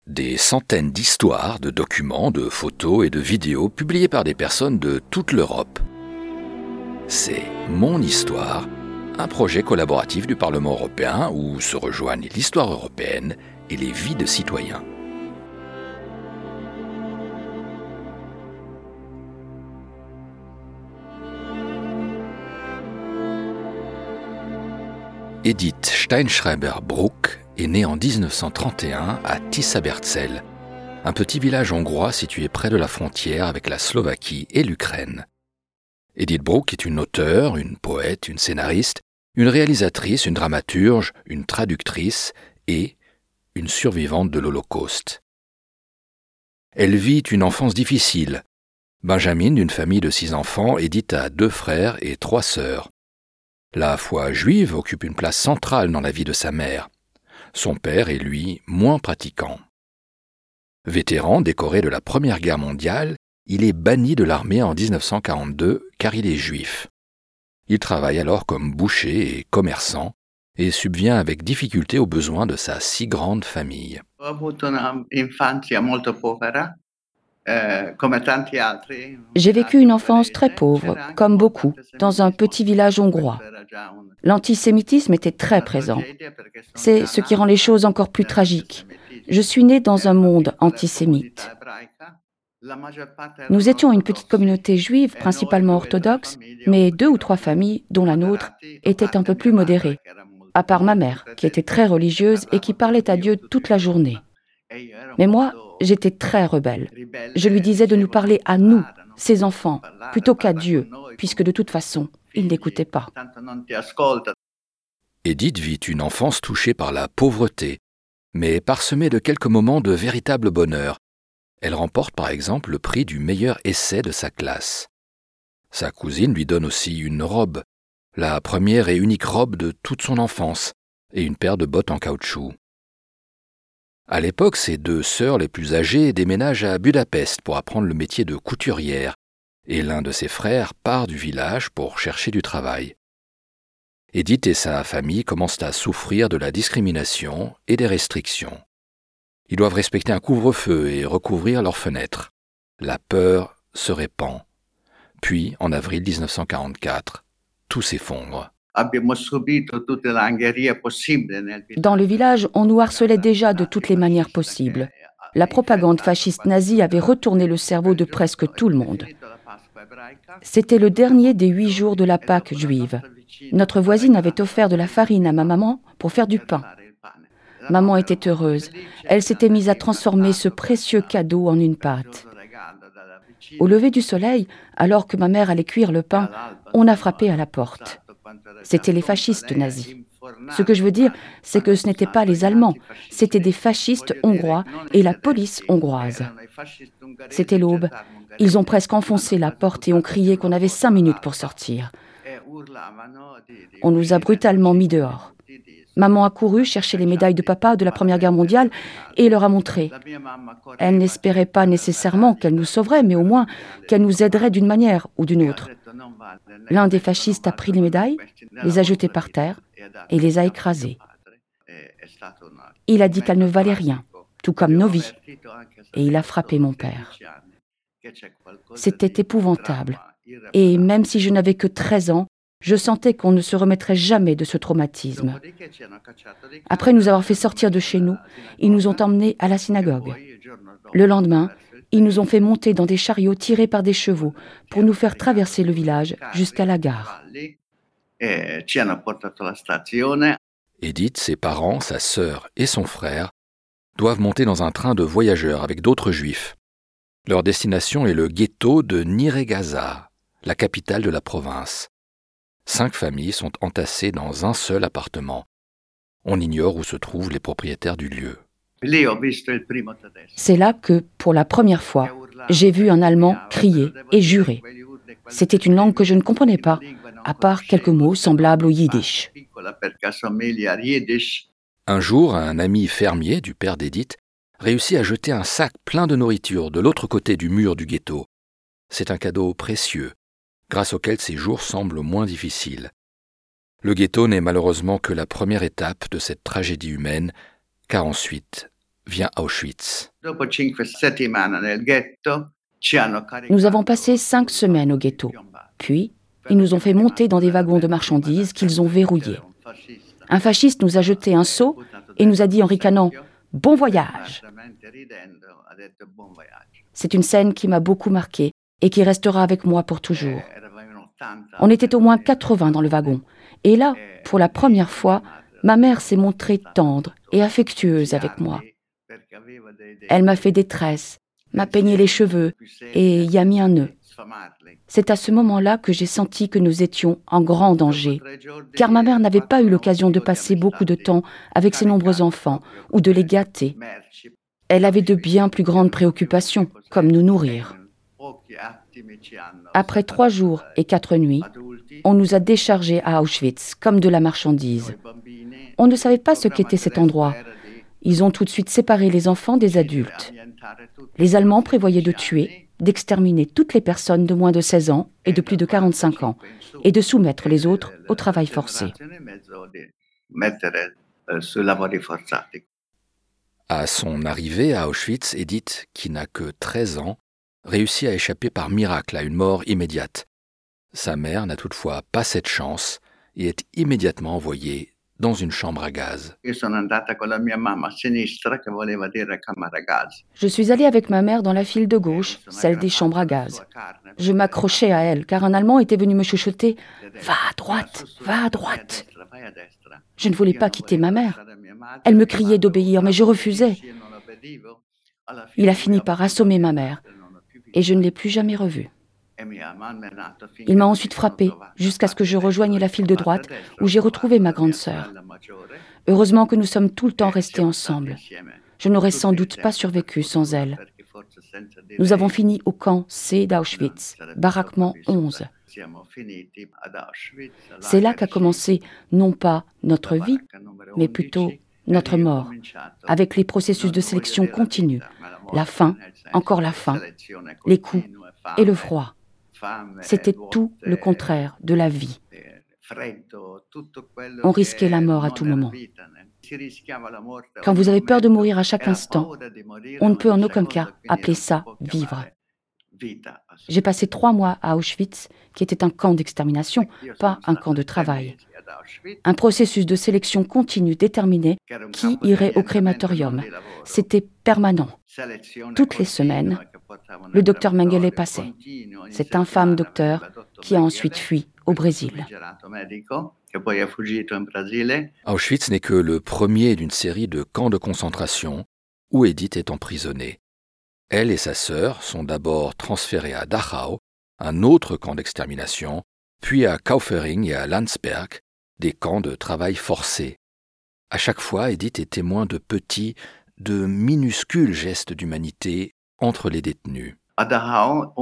Des centaines d'histoires, de documents, de photos et de vidéos publiées par des personnes de toute l'Europe. C'est Mon Histoire, un projet collaboratif du Parlement européen où se rejoignent l'histoire européenne et les vies de citoyens. Edith Steinschreiber-Bruck est née en 1931 à Tisza-Berzel, un petit village hongrois situé près de la frontière avec la Slovaquie et l'Ukraine. Edith Bruck est une auteure, une poète, une scénariste, une réalisatrice, une dramaturge, une traductrice et une survivante de l'Holocauste. Elle vit une enfance difficile. Benjamin, d'une famille de 6 enfants, Edith a 2 frères et 3 sœurs. La foi juive occupe une place centrale dans la vie de sa mère. Son père est, lui, moins pratiquant. Vétéran décoré de la Première Guerre mondiale, il est banni de l'armée en 1942 car il est juif. Il travaille alors comme boucher et commerçant et subvient avec difficulté aux besoins de sa si grande famille. J'ai vécu une enfance très pauvre, comme beaucoup, dans un petit village hongrois. L'antisémitisme était très présent. C'est ce qui rend les choses encore plus tragiques. Je suis née dans un monde antisémite. Nous étions une petite communauté juive, principalement orthodoxe, mais 2 ou 3 familles, dont la nôtre, étaient un peu plus modérées, à part ma mère, qui était très religieuse et qui parlait à Dieu toute la journée. Mais moi, j'étais très rebelle. Je lui disais de nous parler à nous, ses enfants, plutôt qu'à Dieu, puisque de toute façon, il n'écoutait pas. Edith vit une enfance touchée par la pauvreté, mais parsemée de quelques moments de véritable bonheur. Elle remporte par exemple le prix du meilleur essai de sa classe. Sa cousine lui donne aussi une robe, la première et unique robe de toute son enfance, et une paire de bottes en caoutchouc. À l'époque, ses 2 sœurs les plus âgées déménagent à Budapest pour apprendre le métier de couturière, et l'un de ses frères part du village pour chercher du travail. Edith et sa famille commencent à souffrir de la discrimination et des restrictions. Ils doivent respecter un couvre-feu et recouvrir leurs fenêtres. La peur se répand. Puis, en avril 1944, tout s'effondre. Dans le village, on nous harcelait déjà de toutes les manières possibles. La propagande fasciste nazie avait retourné le cerveau de presque tout le monde. C'était le dernier des 8 jours de la Pâque juive. Notre voisine avait offert de la farine à ma maman pour faire du pain. Maman était heureuse. Elle s'était mise à transformer ce précieux cadeau en une pâte. Au lever du soleil, alors que ma mère allait cuire le pain, on a frappé à la porte. C'étaient les fascistes nazis. Ce que je veux dire, c'est que ce n'étaient pas les Allemands, c'étaient des fascistes hongrois et la police hongroise. C'était l'aube. Ils ont presque enfoncé la porte et ont crié qu'on avait 5 minutes pour sortir. On nous a brutalement mis dehors. Maman a couru chercher les médailles de papa de la Première Guerre mondiale et leur a montré. Elle n'espérait pas nécessairement qu'elle nous sauverait, mais au moins qu'elle nous aiderait d'une manière ou d'une autre. L'un des fascistes a pris les médailles, les a jetées par terre et les a écrasées. Il a dit qu'elles ne valaient rien, tout comme nos vies, et il a frappé mon père. C'était épouvantable, et même si je n'avais que 13 ans, je sentais qu'on ne se remettrait jamais de ce traumatisme. Après nous avoir fait sortir de chez nous, ils nous ont emmenés à la synagogue. Le lendemain, ils nous ont fait monter dans des chariots tirés par des chevaux pour nous faire traverser le village jusqu'à la gare. Edith, ses parents, sa sœur et son frère doivent monter dans un train de voyageurs avec d'autres juifs. Leur destination est le ghetto de Nyíregyháza, la capitale de la province. 5 familles sont entassées dans un seul appartement. On ignore où se trouvent les propriétaires du lieu. C'est là que, pour la première fois, j'ai vu un Allemand crier et jurer. C'était une langue que je ne comprenais pas, à part quelques mots semblables au yiddish. Un jour, un ami fermier du père d'Edith réussit à jeter un sac plein de nourriture de l'autre côté du mur du ghetto. C'est un cadeau précieux, grâce auquel ces jours semblent moins difficiles. Le ghetto n'est malheureusement que la première étape de cette tragédie humaine, car ensuite vient Auschwitz. Nous avons passé 5 semaines au ghetto. Puis, ils nous ont fait monter dans des wagons de marchandises qu'ils ont verrouillés. Un fasciste nous a jeté un seau et nous a dit en ricanant « Bon voyage !» C'est une scène qui m'a beaucoup marquée et qui restera avec moi pour toujours. On était au moins 80 dans le wagon. Et là, pour la première fois, ma mère s'est montrée tendre et affectueuse avec moi. Elle m'a fait des tresses, m'a peigné les cheveux et y a mis un nœud. C'est à ce moment-là que j'ai senti que nous étions en grand danger, car ma mère n'avait pas eu l'occasion de passer beaucoup de temps avec ses nombreux enfants ou de les gâter. Elle avait de bien plus grandes préoccupations, comme nous nourrir. Après 3 jours et 4 nuits, on nous a déchargés à Auschwitz, comme de la marchandise. On ne savait pas ce qu'était cet endroit. Ils ont tout de suite séparé les enfants des adultes. Les Allemands prévoyaient de tuer, d'exterminer toutes les personnes de moins de 16 ans et de plus de 45 ans, et de soumettre les autres au travail forcé. À son arrivée à Auschwitz, Edith, qui n'a que 13 ans, réussit à échapper par miracle à une mort immédiate. Sa mère n'a toutefois pas cette chance et est immédiatement envoyée dans une chambre à gaz. Je suis allée avec ma mère dans la file de gauche, celle des chambres à gaz. Je m'accrochais à elle, car un Allemand était venu me chuchoter « Va à droite, va à droite !» Je ne voulais pas quitter ma mère. Elle me criait d'obéir, mais je refusais. Il a fini par assommer ma mère, et je ne l'ai plus jamais revue. Il m'a ensuite frappée, jusqu'à ce que je rejoigne la file de droite, où j'ai retrouvé ma grande sœur. Heureusement que nous sommes tout le temps restés ensemble. Je n'aurais sans doute pas survécu sans elle. Nous avons fini au camp C d'Auschwitz, baraquement 11. C'est là qu'a commencé non pas notre vie, mais plutôt notre mort, avec les processus de sélection continus, la faim, encore la faim, les coups et le froid. C'était tout le contraire de la vie. On risquait la mort à tout moment. Quand vous avez peur de mourir à chaque instant, on ne peut en aucun cas appeler ça vivre. J'ai passé 3 mois à Auschwitz, qui était un camp d'extermination, pas un camp de travail. Un processus de sélection continue déterminait qui irait au crématorium. C'était permanent. Toutes les semaines, le docteur Mengele passait. Cet infâme docteur qui a ensuite fui au Brésil. Auschwitz n'est que le premier d'une série de camps de concentration où Edith est emprisonnée. Elle et sa sœur sont d'abord transférées à Dachau, un autre camp d'extermination, puis à Kaufering et à Landsberg, des camps de travail forcé. À chaque fois, Edith est témoin de petits, de minuscules gestes d'humanité entre les détenus. À Dachau,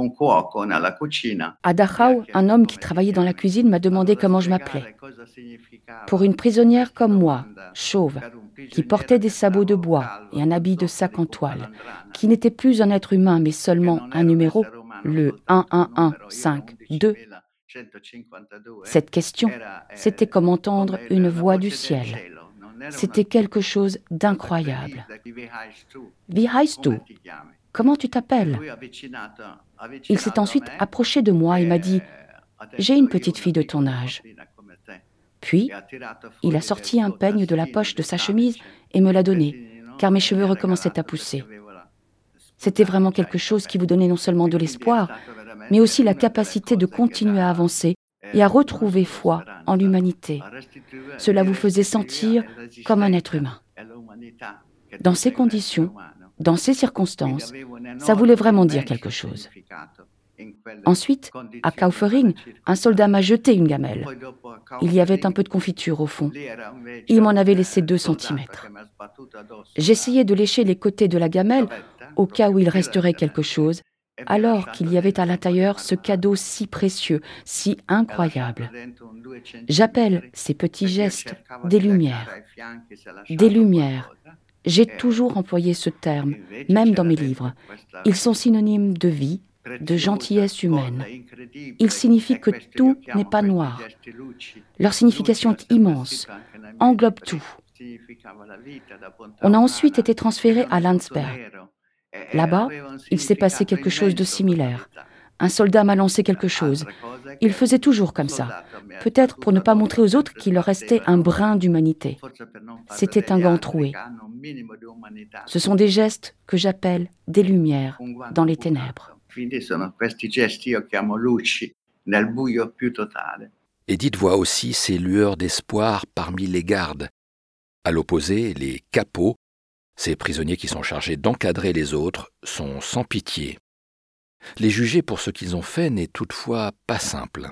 un homme qui travaillait dans la cuisine m'a demandé comment je m'appelais. Pour une prisonnière comme moi, chauve, qui portait des sabots de bois et un habit de sac en toile, qui n'était plus un être humain mais seulement un numéro, le 11152, cette question, c'était comme entendre une voix du ciel. C'était quelque chose d'incroyable. Wie heißt du? Comment tu t'appelles? Il s'est ensuite approché de moi et m'a dit « J'ai une petite fille de ton âge ». Puis, il a sorti un peigne de la poche de sa chemise et me l'a donné, car mes cheveux recommençaient à pousser. C'était vraiment quelque chose qui vous donnait non seulement de l'espoir, mais aussi la capacité de continuer à avancer et à retrouver foi en l'humanité. Cela vous faisait sentir comme un être humain. Dans ces conditions, dans ces circonstances, ça voulait vraiment dire quelque chose. Ensuite, à Kaufering, un soldat m'a jeté une gamelle. Il y avait un peu de confiture au fond. Il m'en avait laissé 2 centimètres. J'essayais de lécher les côtés de la gamelle au cas où il resterait quelque chose, alors qu'il y avait à l'intérieur ce cadeau si précieux, si incroyable. J'appelle ces petits gestes des lumières. Des lumières. J'ai toujours employé ce terme, même dans mes livres. Ils sont synonymes de vie, de gentillesse humaine. Ils signifient que tout n'est pas noir. Leur signification est immense, englobe tout, On a ensuite été transféré à Landsberg. Là-bas, il s'est passé quelque chose de similaire. Un soldat m'a lancé quelque chose. Il faisait toujours comme ça, peut-être pour ne pas montrer aux autres qu'il leur restait un brin d'humanité. C'était un gant troué. Ce sont des gestes que j'appelle des lumières dans les ténèbres. Edith voit aussi ces lueurs d'espoir parmi les gardes. À l'opposé, les capots, ces prisonniers qui sont chargés d'encadrer les autres, sont sans pitié. Les juger pour ce qu'ils ont fait n'est toutefois pas simple.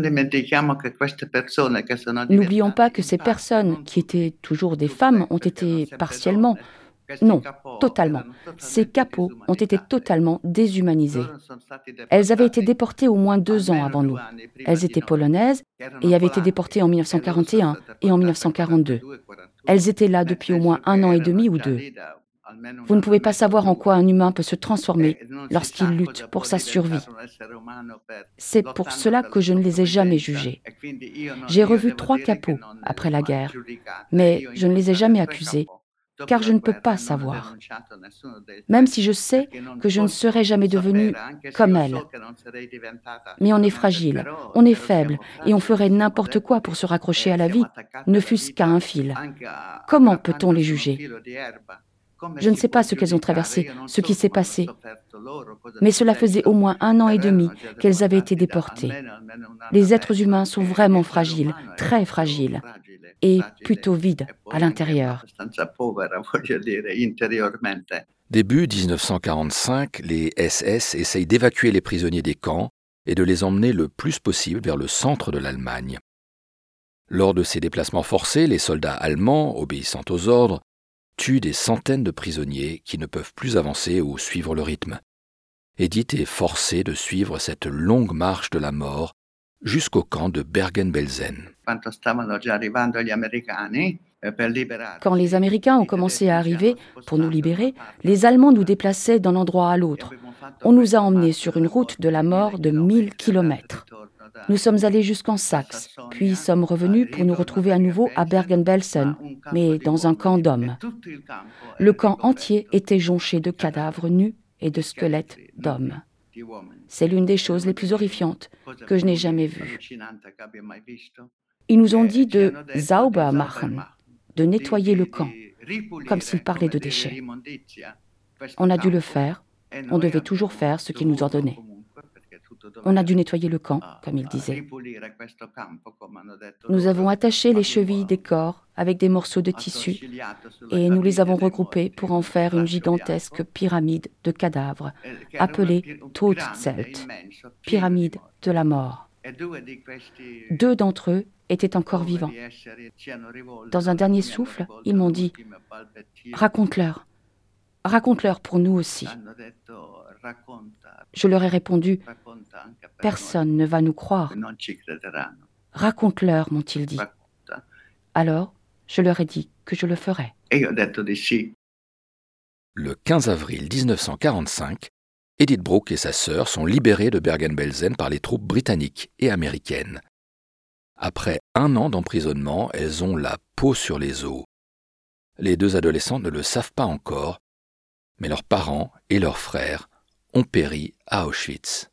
N'oublions pas que ces personnes, qui étaient toujours des femmes, ont été partiellement, non, totalement. Ces capots ont été totalement déshumanisés. Elles avaient été déportées au moins 2 ans avant nous. Elles étaient polonaises et avaient été déportées en 1941 et en 1942. Elles étaient là depuis au moins 1 an et demi ou 2. Vous ne pouvez pas savoir en quoi un humain peut se transformer lorsqu'il lutte pour sa survie. C'est pour cela que je ne les ai jamais jugés. J'ai revu 3 capots après la guerre, mais je ne les ai jamais accusés, car je ne peux pas savoir. Même si je sais que je ne serai jamais devenue comme elles. Mais on est fragile, on est faible, et on ferait n'importe quoi pour se raccrocher à la vie, ne fût-ce qu'à un fil. Comment peut-on les juger ? Je ne sais pas ce qu'elles ont traversé, ce qui s'est passé, mais cela faisait au moins 1 an et demi qu'elles avaient été déportées. Les êtres humains sont vraiment fragiles, très fragiles, et plutôt vides à l'intérieur. Début 1945, les SS essayent d'évacuer les prisonniers des camps et de les emmener le plus possible vers le centre de l'Allemagne. Lors de ces déplacements forcés, les soldats allemands, obéissant aux ordres, tuent des centaines de prisonniers qui ne peuvent plus avancer ou suivre le rythme. Edith est forcée de suivre cette longue marche de la mort jusqu'au camp de Bergen-Belsen. Quand les Américains ont commencé à arriver pour nous libérer, les Allemands nous déplaçaient d'un endroit à l'autre. On nous a emmenés sur une route de la mort de 1000 kilomètres. Nous sommes allés jusqu'en Saxe, puis sommes revenus pour nous retrouver à nouveau à Bergen-Belsen, mais dans un camp d'hommes. Le camp entier était jonché de cadavres nus et de squelettes d'hommes. C'est l'une des choses les plus horrifiantes que je n'ai jamais vues. Ils nous ont dit de sauber machen, de nettoyer le camp, comme s'ils parlaient de déchets. On a dû le faire, on devait toujours faire ce qu'ils nous ordonnaient. On a dû nettoyer le camp, comme il disait. Nous avons attaché les chevilles des corps avec des morceaux de tissu et nous les avons regroupés pour en faire une gigantesque pyramide de cadavres, appelée Todzelt, pyramide de la mort. 2 d'entre eux étaient encore vivants. Dans un dernier souffle, ils m'ont dit « Raconte-leur, raconte-leur pour nous aussi ». Je leur ai répondu « Personne ne va nous croire. Raconte-leur, m'ont-ils dit. » Alors, je leur ai dit que je le ferais. Le 15 avril 1945, Edith Bruck et sa sœur sont libérées de Bergen-Belsen par les troupes britanniques et américaines. Après 1 an d'emprisonnement, elles ont la peau sur les os. Les 2 adolescentes ne le savent pas encore, mais leurs parents et leurs frères ont péri à Auschwitz.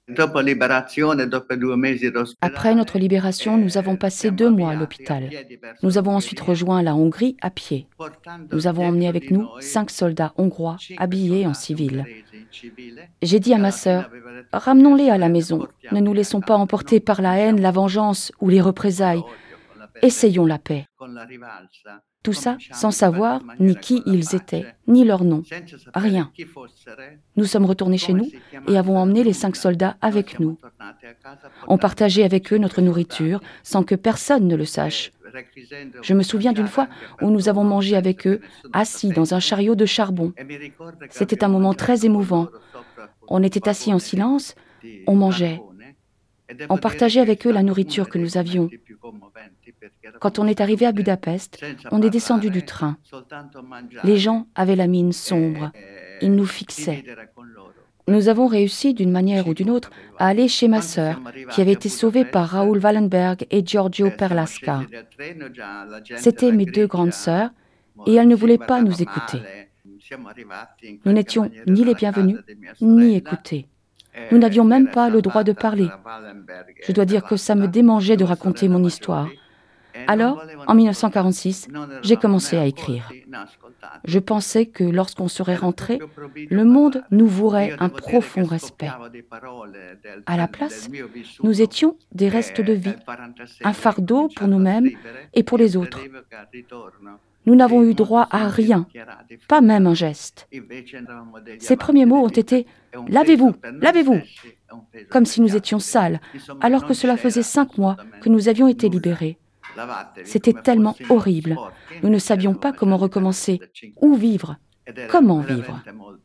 Après notre libération, nous avons passé 2 mois à l'hôpital. Nous avons ensuite rejoint la Hongrie à pied. Nous avons emmené avec nous 5 soldats hongrois habillés en civil. J'ai dit à ma sœur, « Ramenons-les à la maison. Ne nous laissons pas emporter par la haine, la vengeance ou les représailles. Essayons la paix. » Tout ça sans savoir ni qui ils étaient, ni leur nom. Rien. Nous sommes retournés chez nous et avons emmené les 5 soldats avec nous. On partageait avec eux notre nourriture sans que personne ne le sache. Je me souviens d'une fois où nous avons mangé avec eux, assis dans un chariot de charbon. C'était un moment très émouvant. On était assis en silence, on mangeait. On partageait avec eux la nourriture que nous avions. Quand on est arrivé à Budapest, on est descendu du train. Les gens avaient la mine sombre. Ils nous fixaient. Nous avons réussi, d'une manière ou d'une autre, à aller chez ma sœur, qui avait été sauvée par Raoul Wallenberg et Giorgio Perlasca. C'étaient mes 2 grandes sœurs, et elle ne voulait pas nous écouter. Nous n'étions ni les bienvenus, ni écoutés. Nous n'avions même pas le droit de parler. Je dois dire que ça me démangeait de raconter mon histoire. Alors, en 1946, j'ai commencé à écrire. Je pensais que lorsqu'on serait rentré, le monde nous vouerait un profond respect. À la place, nous étions des restes de vie, un fardeau pour nous-mêmes et pour les autres. Nous n'avons eu droit à rien, pas même un geste. Ces premiers mots ont été « lavez-vous, lavez-vous », comme si nous étions sales, alors que cela faisait 5 mois que nous avions été libérés. C'était tellement horrible. Nous ne savions pas comment recommencer, où vivre, comment vivre.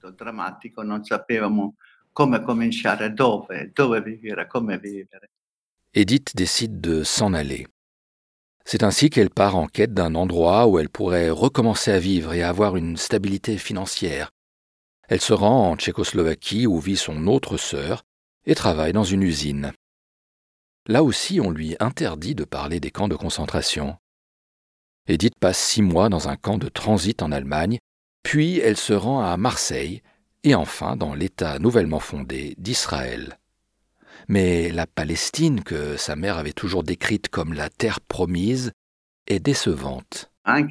Edith décide de s'en aller. C'est ainsi qu'elle part en quête d'un endroit où elle pourrait recommencer à vivre et avoir une stabilité financière. Elle se rend en Tchécoslovaquie où vit son autre sœur et travaille dans une usine. Là aussi, on lui interdit de parler des camps de concentration. Edith passe 6 mois dans un camp de transit en Allemagne, puis elle se rend à Marseille et enfin dans l'État nouvellement fondé d'Israël. Mais la Palestine, que sa mère avait toujours décrite comme la terre promise, est décevante.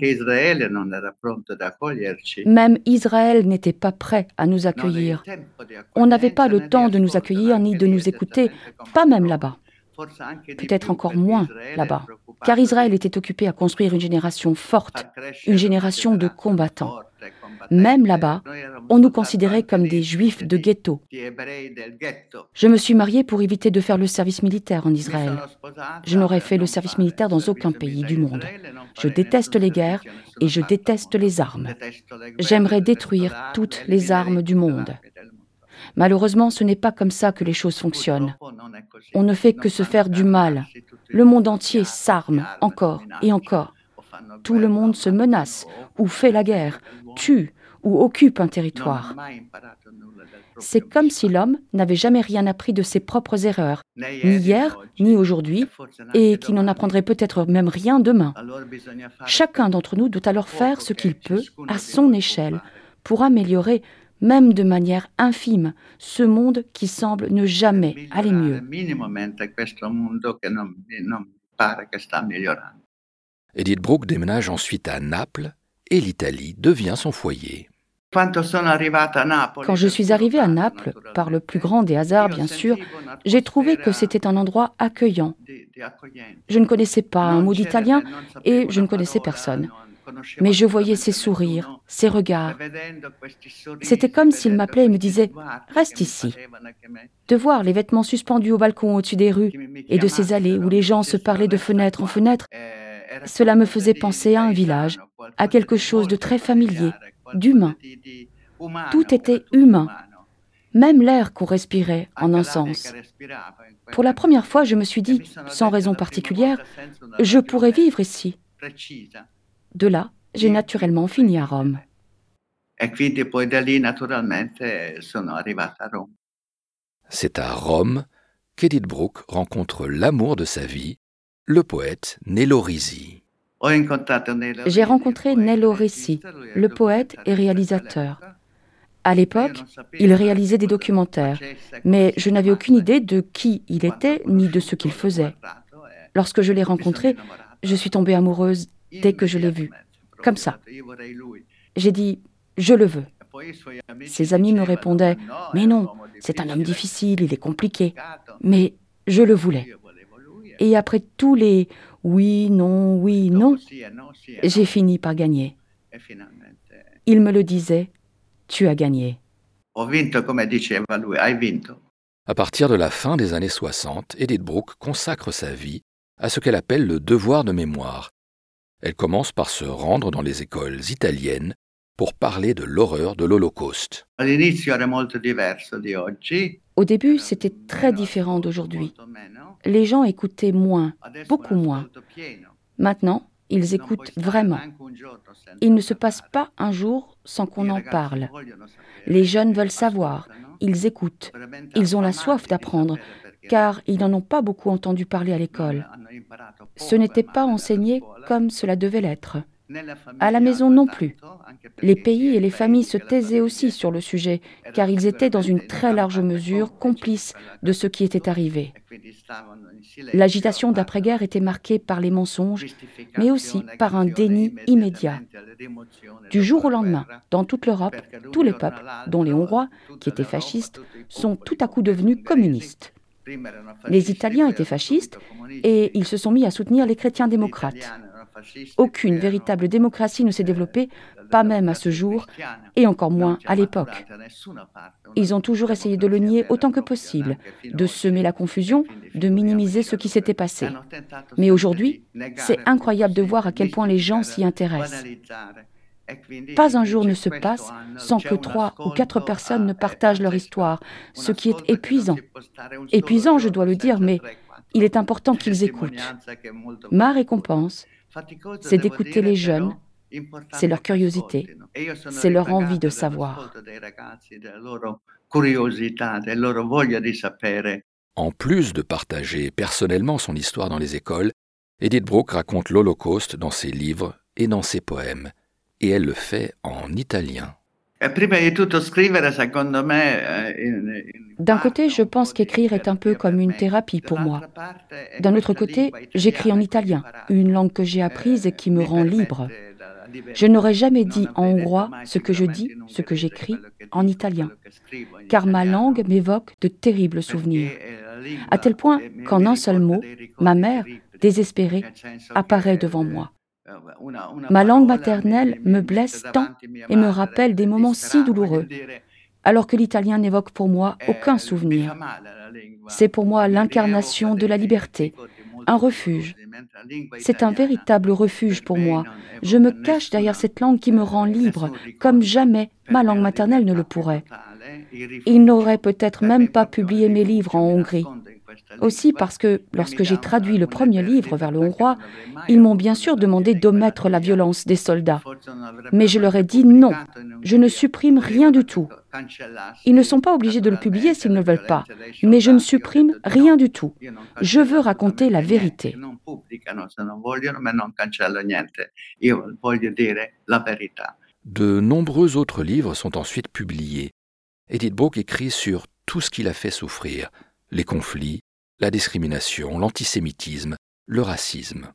Même Israël n'était pas prêt à nous accueillir. On n'avait pas le temps de nous accueillir ni de nous écouter, pas même là-bas. Peut-être encore moins là-bas, car Israël était occupé à construire une génération forte, une génération de combattants. Même là-bas, on nous considérait comme des juifs de ghetto. Je me suis mariée pour éviter de faire le service militaire en Israël. Je n'aurais fait le service militaire dans aucun pays du monde. Je déteste les guerres et je déteste les armes. J'aimerais détruire toutes les armes du monde. Malheureusement, ce n'est pas comme ça que les choses fonctionnent. On ne fait que se faire du mal. Le monde entier s'arme encore et encore. Tout le monde se menace, ou fait la guerre, tue ou occupe un territoire. C'est comme si l'homme n'avait jamais rien appris de ses propres erreurs, ni hier, ni aujourd'hui, et qu'il n'en apprendrait peut-être même rien demain. Chacun d'entre nous doit alors faire ce qu'il peut, à son échelle, pour améliorer, même de manière infime, ce monde qui semble ne jamais aller mieux. Edith Bruck déménage ensuite à Naples et l'Italie devient son foyer. Quand je suis arrivée à Naples, par le plus grand des hasards bien sûr, j'ai trouvé que c'était un endroit accueillant. Je ne connaissais pas un mot d'italien et je ne connaissais personne. Mais je voyais ses sourires, ses regards. C'était comme s'il m'appelait et me disait « Reste ici ». De voir les vêtements suspendus au balcon au-dessus des rues et de ces allées où les gens se parlaient de fenêtre en fenêtre, cela me faisait penser à un village, à quelque chose de très familier, d'humain. Tout était humain, même l'air qu'on respirait en un sens. Pour la première fois, je me suis dit, sans raison particulière, je pourrais vivre ici. De là, j'ai naturellement fini à Rome. C'est à Rome qu'Edith Bruck rencontre l'amour de sa vie, le poète Nello Risi. J'ai rencontré Nello Risi, le poète et réalisateur. À l'époque, il réalisait des documentaires, mais je n'avais aucune idée de qui il était ni de ce qu'il faisait. Lorsque je l'ai rencontré, je suis tombée amoureuse dès que je l'ai vu, comme ça. J'ai dit « je le veux ». Ses amis me répondaient « mais non, c'est un homme difficile, il est compliqué ». Mais je le voulais. Et après tous les « oui, non, j'ai fini par gagner. Il me le disait « tu as gagné ». À partir de la fin des années 60, Edith Bruck consacre sa vie à ce qu'elle appelle le devoir de mémoire. Elle commence par se rendre dans les écoles italiennes pour parler de l'horreur de l'Holocauste. Au début, c'était très différent d'aujourd'hui. Les gens écoutaient moins, beaucoup moins. Maintenant, ils écoutent vraiment. Il ne se passe pas un jour sans qu'on en parle. Les jeunes veulent savoir, ils écoutent, ils ont la soif d'apprendre, car ils n'en ont pas beaucoup entendu parler à l'école. Ce n'était pas enseigné comme cela devait l'être. À la maison non plus. Les pays et les familles se taisaient aussi sur le sujet, car ils étaient dans une très large mesure complices de ce qui était arrivé. L'agitation d'après-guerre était marquée par les mensonges, mais aussi par un déni immédiat. Du jour au lendemain, dans toute l'Europe, tous les peuples, dont les Hongrois, qui étaient fascistes, sont tout à coup devenus communistes. Les Italiens étaient fascistes et ils se sont mis à soutenir les chrétiens démocrates. Aucune véritable démocratie ne s'est développée, pas même à ce jour, et encore moins à l'époque. Ils ont toujours essayé de le nier autant que possible, de semer la confusion, de minimiser ce qui s'était passé. Mais aujourd'hui, c'est incroyable de voir à quel point les gens s'y intéressent. Pas un jour ne se passe sans que 3 ou 4 personnes ne partagent leur histoire, ce qui est épuisant. Épuisant, je dois le dire, mais il est important qu'ils écoutent. Ma récompense, c'est d'écouter les jeunes, c'est leur curiosité, c'est leur envie de savoir. En plus de partager personnellement son histoire dans les écoles, Edith Bruck raconte l'Holocauste dans ses livres et dans ses poèmes. Et elle le fait en italien. D'un côté, je pense qu'écrire est un peu comme une thérapie pour moi. D'un autre côté, j'écris en italien, une langue que j'ai apprise et qui me rend libre. Je n'aurais jamais dit en hongrois ce que je dis, ce que j'écris en italien, car ma langue m'évoque de terribles souvenirs, à tel point qu'en un seul mot, ma mère, désespérée, apparaît devant moi. Ma langue maternelle me blesse tant et me rappelle des moments si douloureux, alors que l'italien n'évoque pour moi aucun souvenir. C'est pour moi l'incarnation de la liberté, un refuge. C'est un véritable refuge pour moi. Je me cache derrière cette langue qui me rend libre, comme jamais ma langue maternelle ne le pourrait. Ils n'auraient peut-être même pas publié mes livres en Hongrie. Aussi parce que, lorsque j'ai traduit le premier livre vers le hongrois, ils m'ont bien sûr demandé d'omettre la violence des soldats. Mais je leur ai dit non, je ne supprime rien du tout. Ils ne sont pas obligés de le publier s'ils ne veulent pas, mais je ne supprime rien du tout. Je veux raconter la vérité. De nombreux autres livres sont ensuite publiés. Edith Bruck écrit sur tout ce qui l'a fait souffrir, les conflits, la discrimination, l'antisémitisme, le racisme.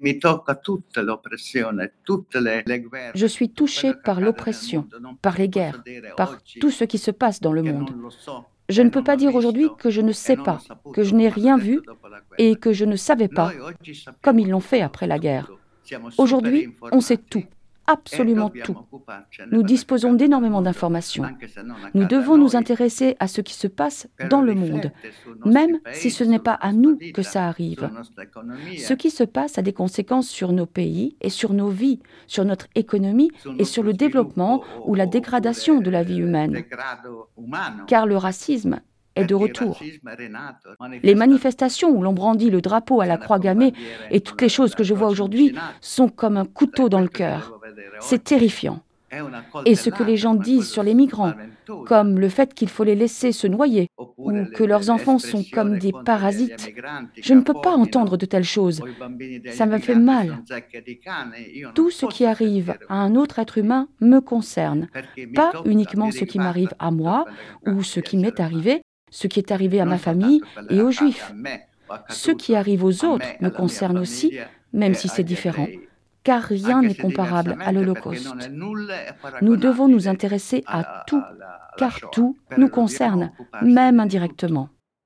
Je suis touchée par l'oppression, par les guerres, par tout ce qui se passe dans le monde. Je ne peux pas dire aujourd'hui que je ne sais pas, que je n'ai rien vu et que je ne savais pas, comme ils l'ont fait après la guerre. Aujourd'hui, on sait tout. Absolument tout. Nous disposons d'énormément d'informations. Nous devons nous intéresser à ce qui se passe dans le monde, même si ce n'est pas à nous que ça arrive. Ce qui se passe a des conséquences sur nos pays et sur nos vies, sur notre économie et sur le développement ou la dégradation de la vie humaine. Car le racisme est de retour. Les manifestations où l'on brandit le drapeau à la croix gammée et toutes les choses que je vois aujourd'hui sont comme un couteau dans le cœur. C'est terrifiant. Et ce que les gens disent sur les migrants, comme le fait qu'il faut les laisser se noyer ou que leurs enfants sont comme des parasites, je ne peux pas entendre de telles choses. Ça me fait mal. Tout ce qui arrive à un autre être humain me concerne, pas uniquement ce qui m'arrive à moi ou ce qui m'est arrivé, ce qui est arrivé à ma famille et aux Juifs. Ce qui arrive aux autres me concerne aussi, même si c'est différent, car rien n'est comparable à l'Holocauste. Nous devons nous intéresser à tout, car tout nous concerne, même indirectement.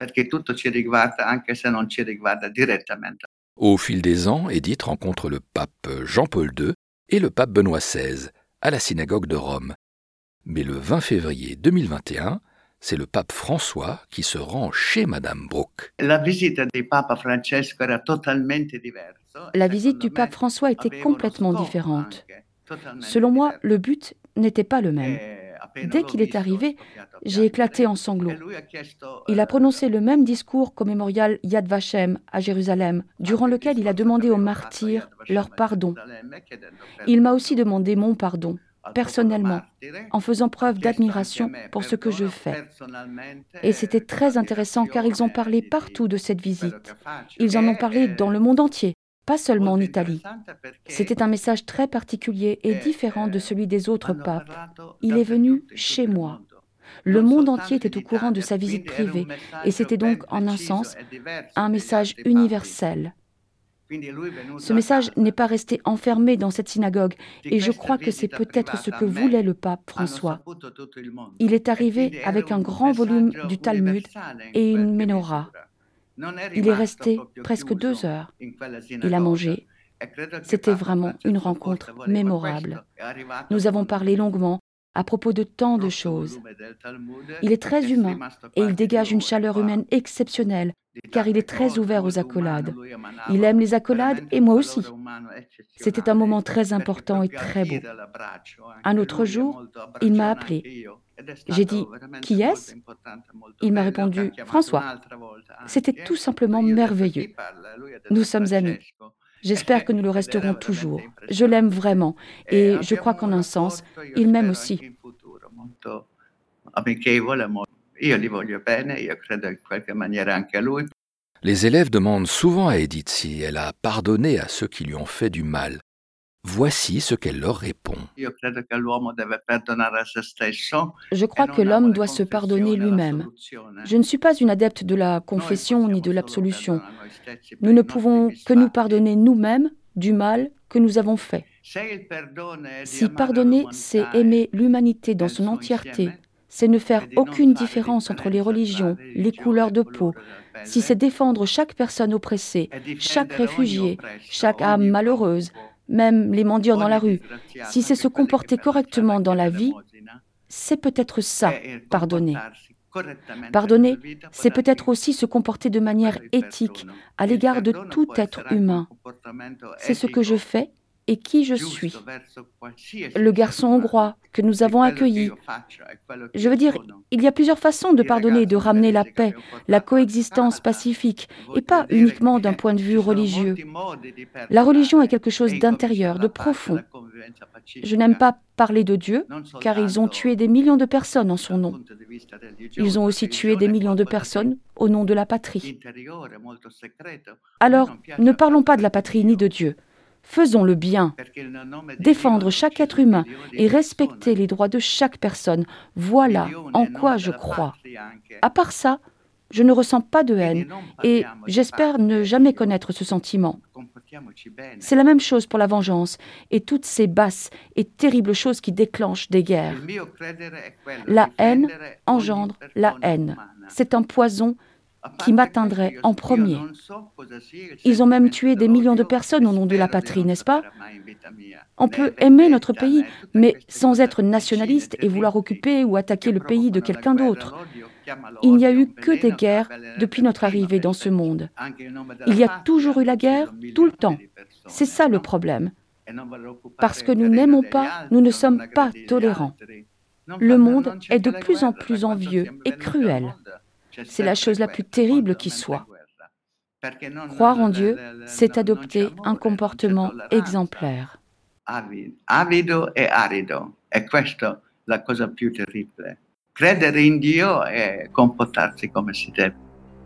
Au fil des ans, Edith rencontre le pape Jean-Paul II et le pape Benoît XVI à la synagogue de Rome. Mais le 20 février 2021, c'est le pape François qui se rend chez Madame Bruck. La visite du pape François était complètement différente. Selon moi, le but n'était pas le même. Dès qu'il est arrivé, j'ai éclaté en sanglots. Il a prononcé le même discours qu'au mémorial Yad Vashem à Jérusalem, durant lequel il a demandé aux martyrs leur pardon. Il m'a aussi demandé mon pardon, personnellement, en faisant preuve d'admiration pour ce que je fais. Et c'était très intéressant car ils ont parlé partout de cette visite. Ils en ont parlé dans le monde entier. pas seulement en Italie. C'était un message très particulier et différent de celui des autres papes. Il est venu chez moi. Le monde entier était au courant de sa visite privée et c'était donc, en un sens, un message universel. Ce message n'est pas resté enfermé dans cette synagogue et je crois que c'est peut-être ce que voulait le pape François. Il est arrivé avec un grand volume du Talmud et une menorah. Il est resté presque 2 heures. Il a mangé. C'était vraiment une rencontre mémorable. Nous avons parlé longuement à propos de tant de choses. Il est très humain et il dégage une chaleur humaine exceptionnelle car il est très ouvert aux accolades. Il aime les accolades et moi aussi. C'était un moment très important et très beau. Un autre jour, il m'a appelé. J'ai dit « Qui est-ce » Il m'a répondu « François ». C'était tout simplement merveilleux. Nous sommes amis. J'espère que nous le resterons toujours. Je l'aime vraiment et je crois qu'en un sens, il m'aime aussi. Les élèves demandent souvent à Edith si elle a pardonné à ceux qui lui ont fait du mal. Voici ce qu'elle leur répond. Je crois que l'homme doit se pardonner lui-même. Je ne suis pas une adepte de la confession ni de l'absolution. Nous ne pouvons que nous pardonner nous-mêmes du mal que nous avons fait. Si pardonner, c'est aimer l'humanité dans son entièreté, c'est ne faire aucune différence entre les religions, les couleurs de peau, si c'est défendre chaque personne oppressée, chaque réfugié, chaque âme malheureuse, même les mendiants dans la rue, si c'est se comporter correctement dans la vie, c'est peut-être ça, pardonner. Pardonner, c'est peut-être aussi se comporter de manière éthique à l'égard de tout être humain. C'est ce que je fais et qui je suis. Le garçon hongrois que nous avons accueilli. Je veux dire, il y a plusieurs façons de pardonner et de ramener la paix, la coexistence pacifique, et pas uniquement d'un point de vue religieux. La religion est quelque chose d'intérieur, de profond. Je n'aime pas parler de Dieu, car ils ont tué des millions de personnes en son nom. Ils ont aussi tué des millions de personnes au nom de la patrie. Alors, ne parlons pas de la patrie ni de Dieu. Faisons le bien. Défendre chaque être humain et respecter les droits de chaque personne, voilà en quoi je crois. À part ça, je ne ressens pas de haine et j'espère ne jamais connaître ce sentiment. C'est la même chose pour la vengeance et toutes ces basses et terribles choses qui déclenchent des guerres. La haine engendre la haine. C'est un poison qui m'atteindrait en premier. Ils ont même tué des millions de personnes au nom de la patrie, n'est-ce pas? On peut aimer notre pays, mais sans être nationaliste et vouloir occuper ou attaquer le pays de quelqu'un d'autre. Il n'y a eu que des guerres depuis notre arrivée dans ce monde. Il y a toujours eu la guerre, tout le temps. C'est ça le problème. Parce que nous n'aimons pas, nous ne sommes pas tolérants. Le monde est de plus en plus envieux et cruel. C'est la chose la plus terrible qui soit. Croire en Dieu, c'est adopter un comportement exemplaire. Avido e arido, è questa la cosa più terribile. Credere in Dio e comportarsi come si deve.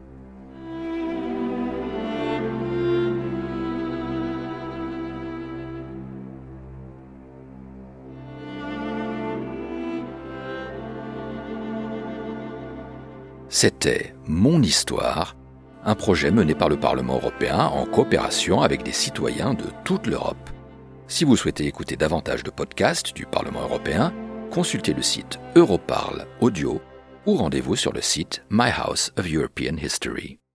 C'était Mon Histoire, un projet mené par le Parlement européen en coopération avec des citoyens de toute l'Europe. Si vous souhaitez écouter davantage de podcasts du Parlement européen, consultez le site Europarl Audio ou rendez-vous sur le site My House of European History.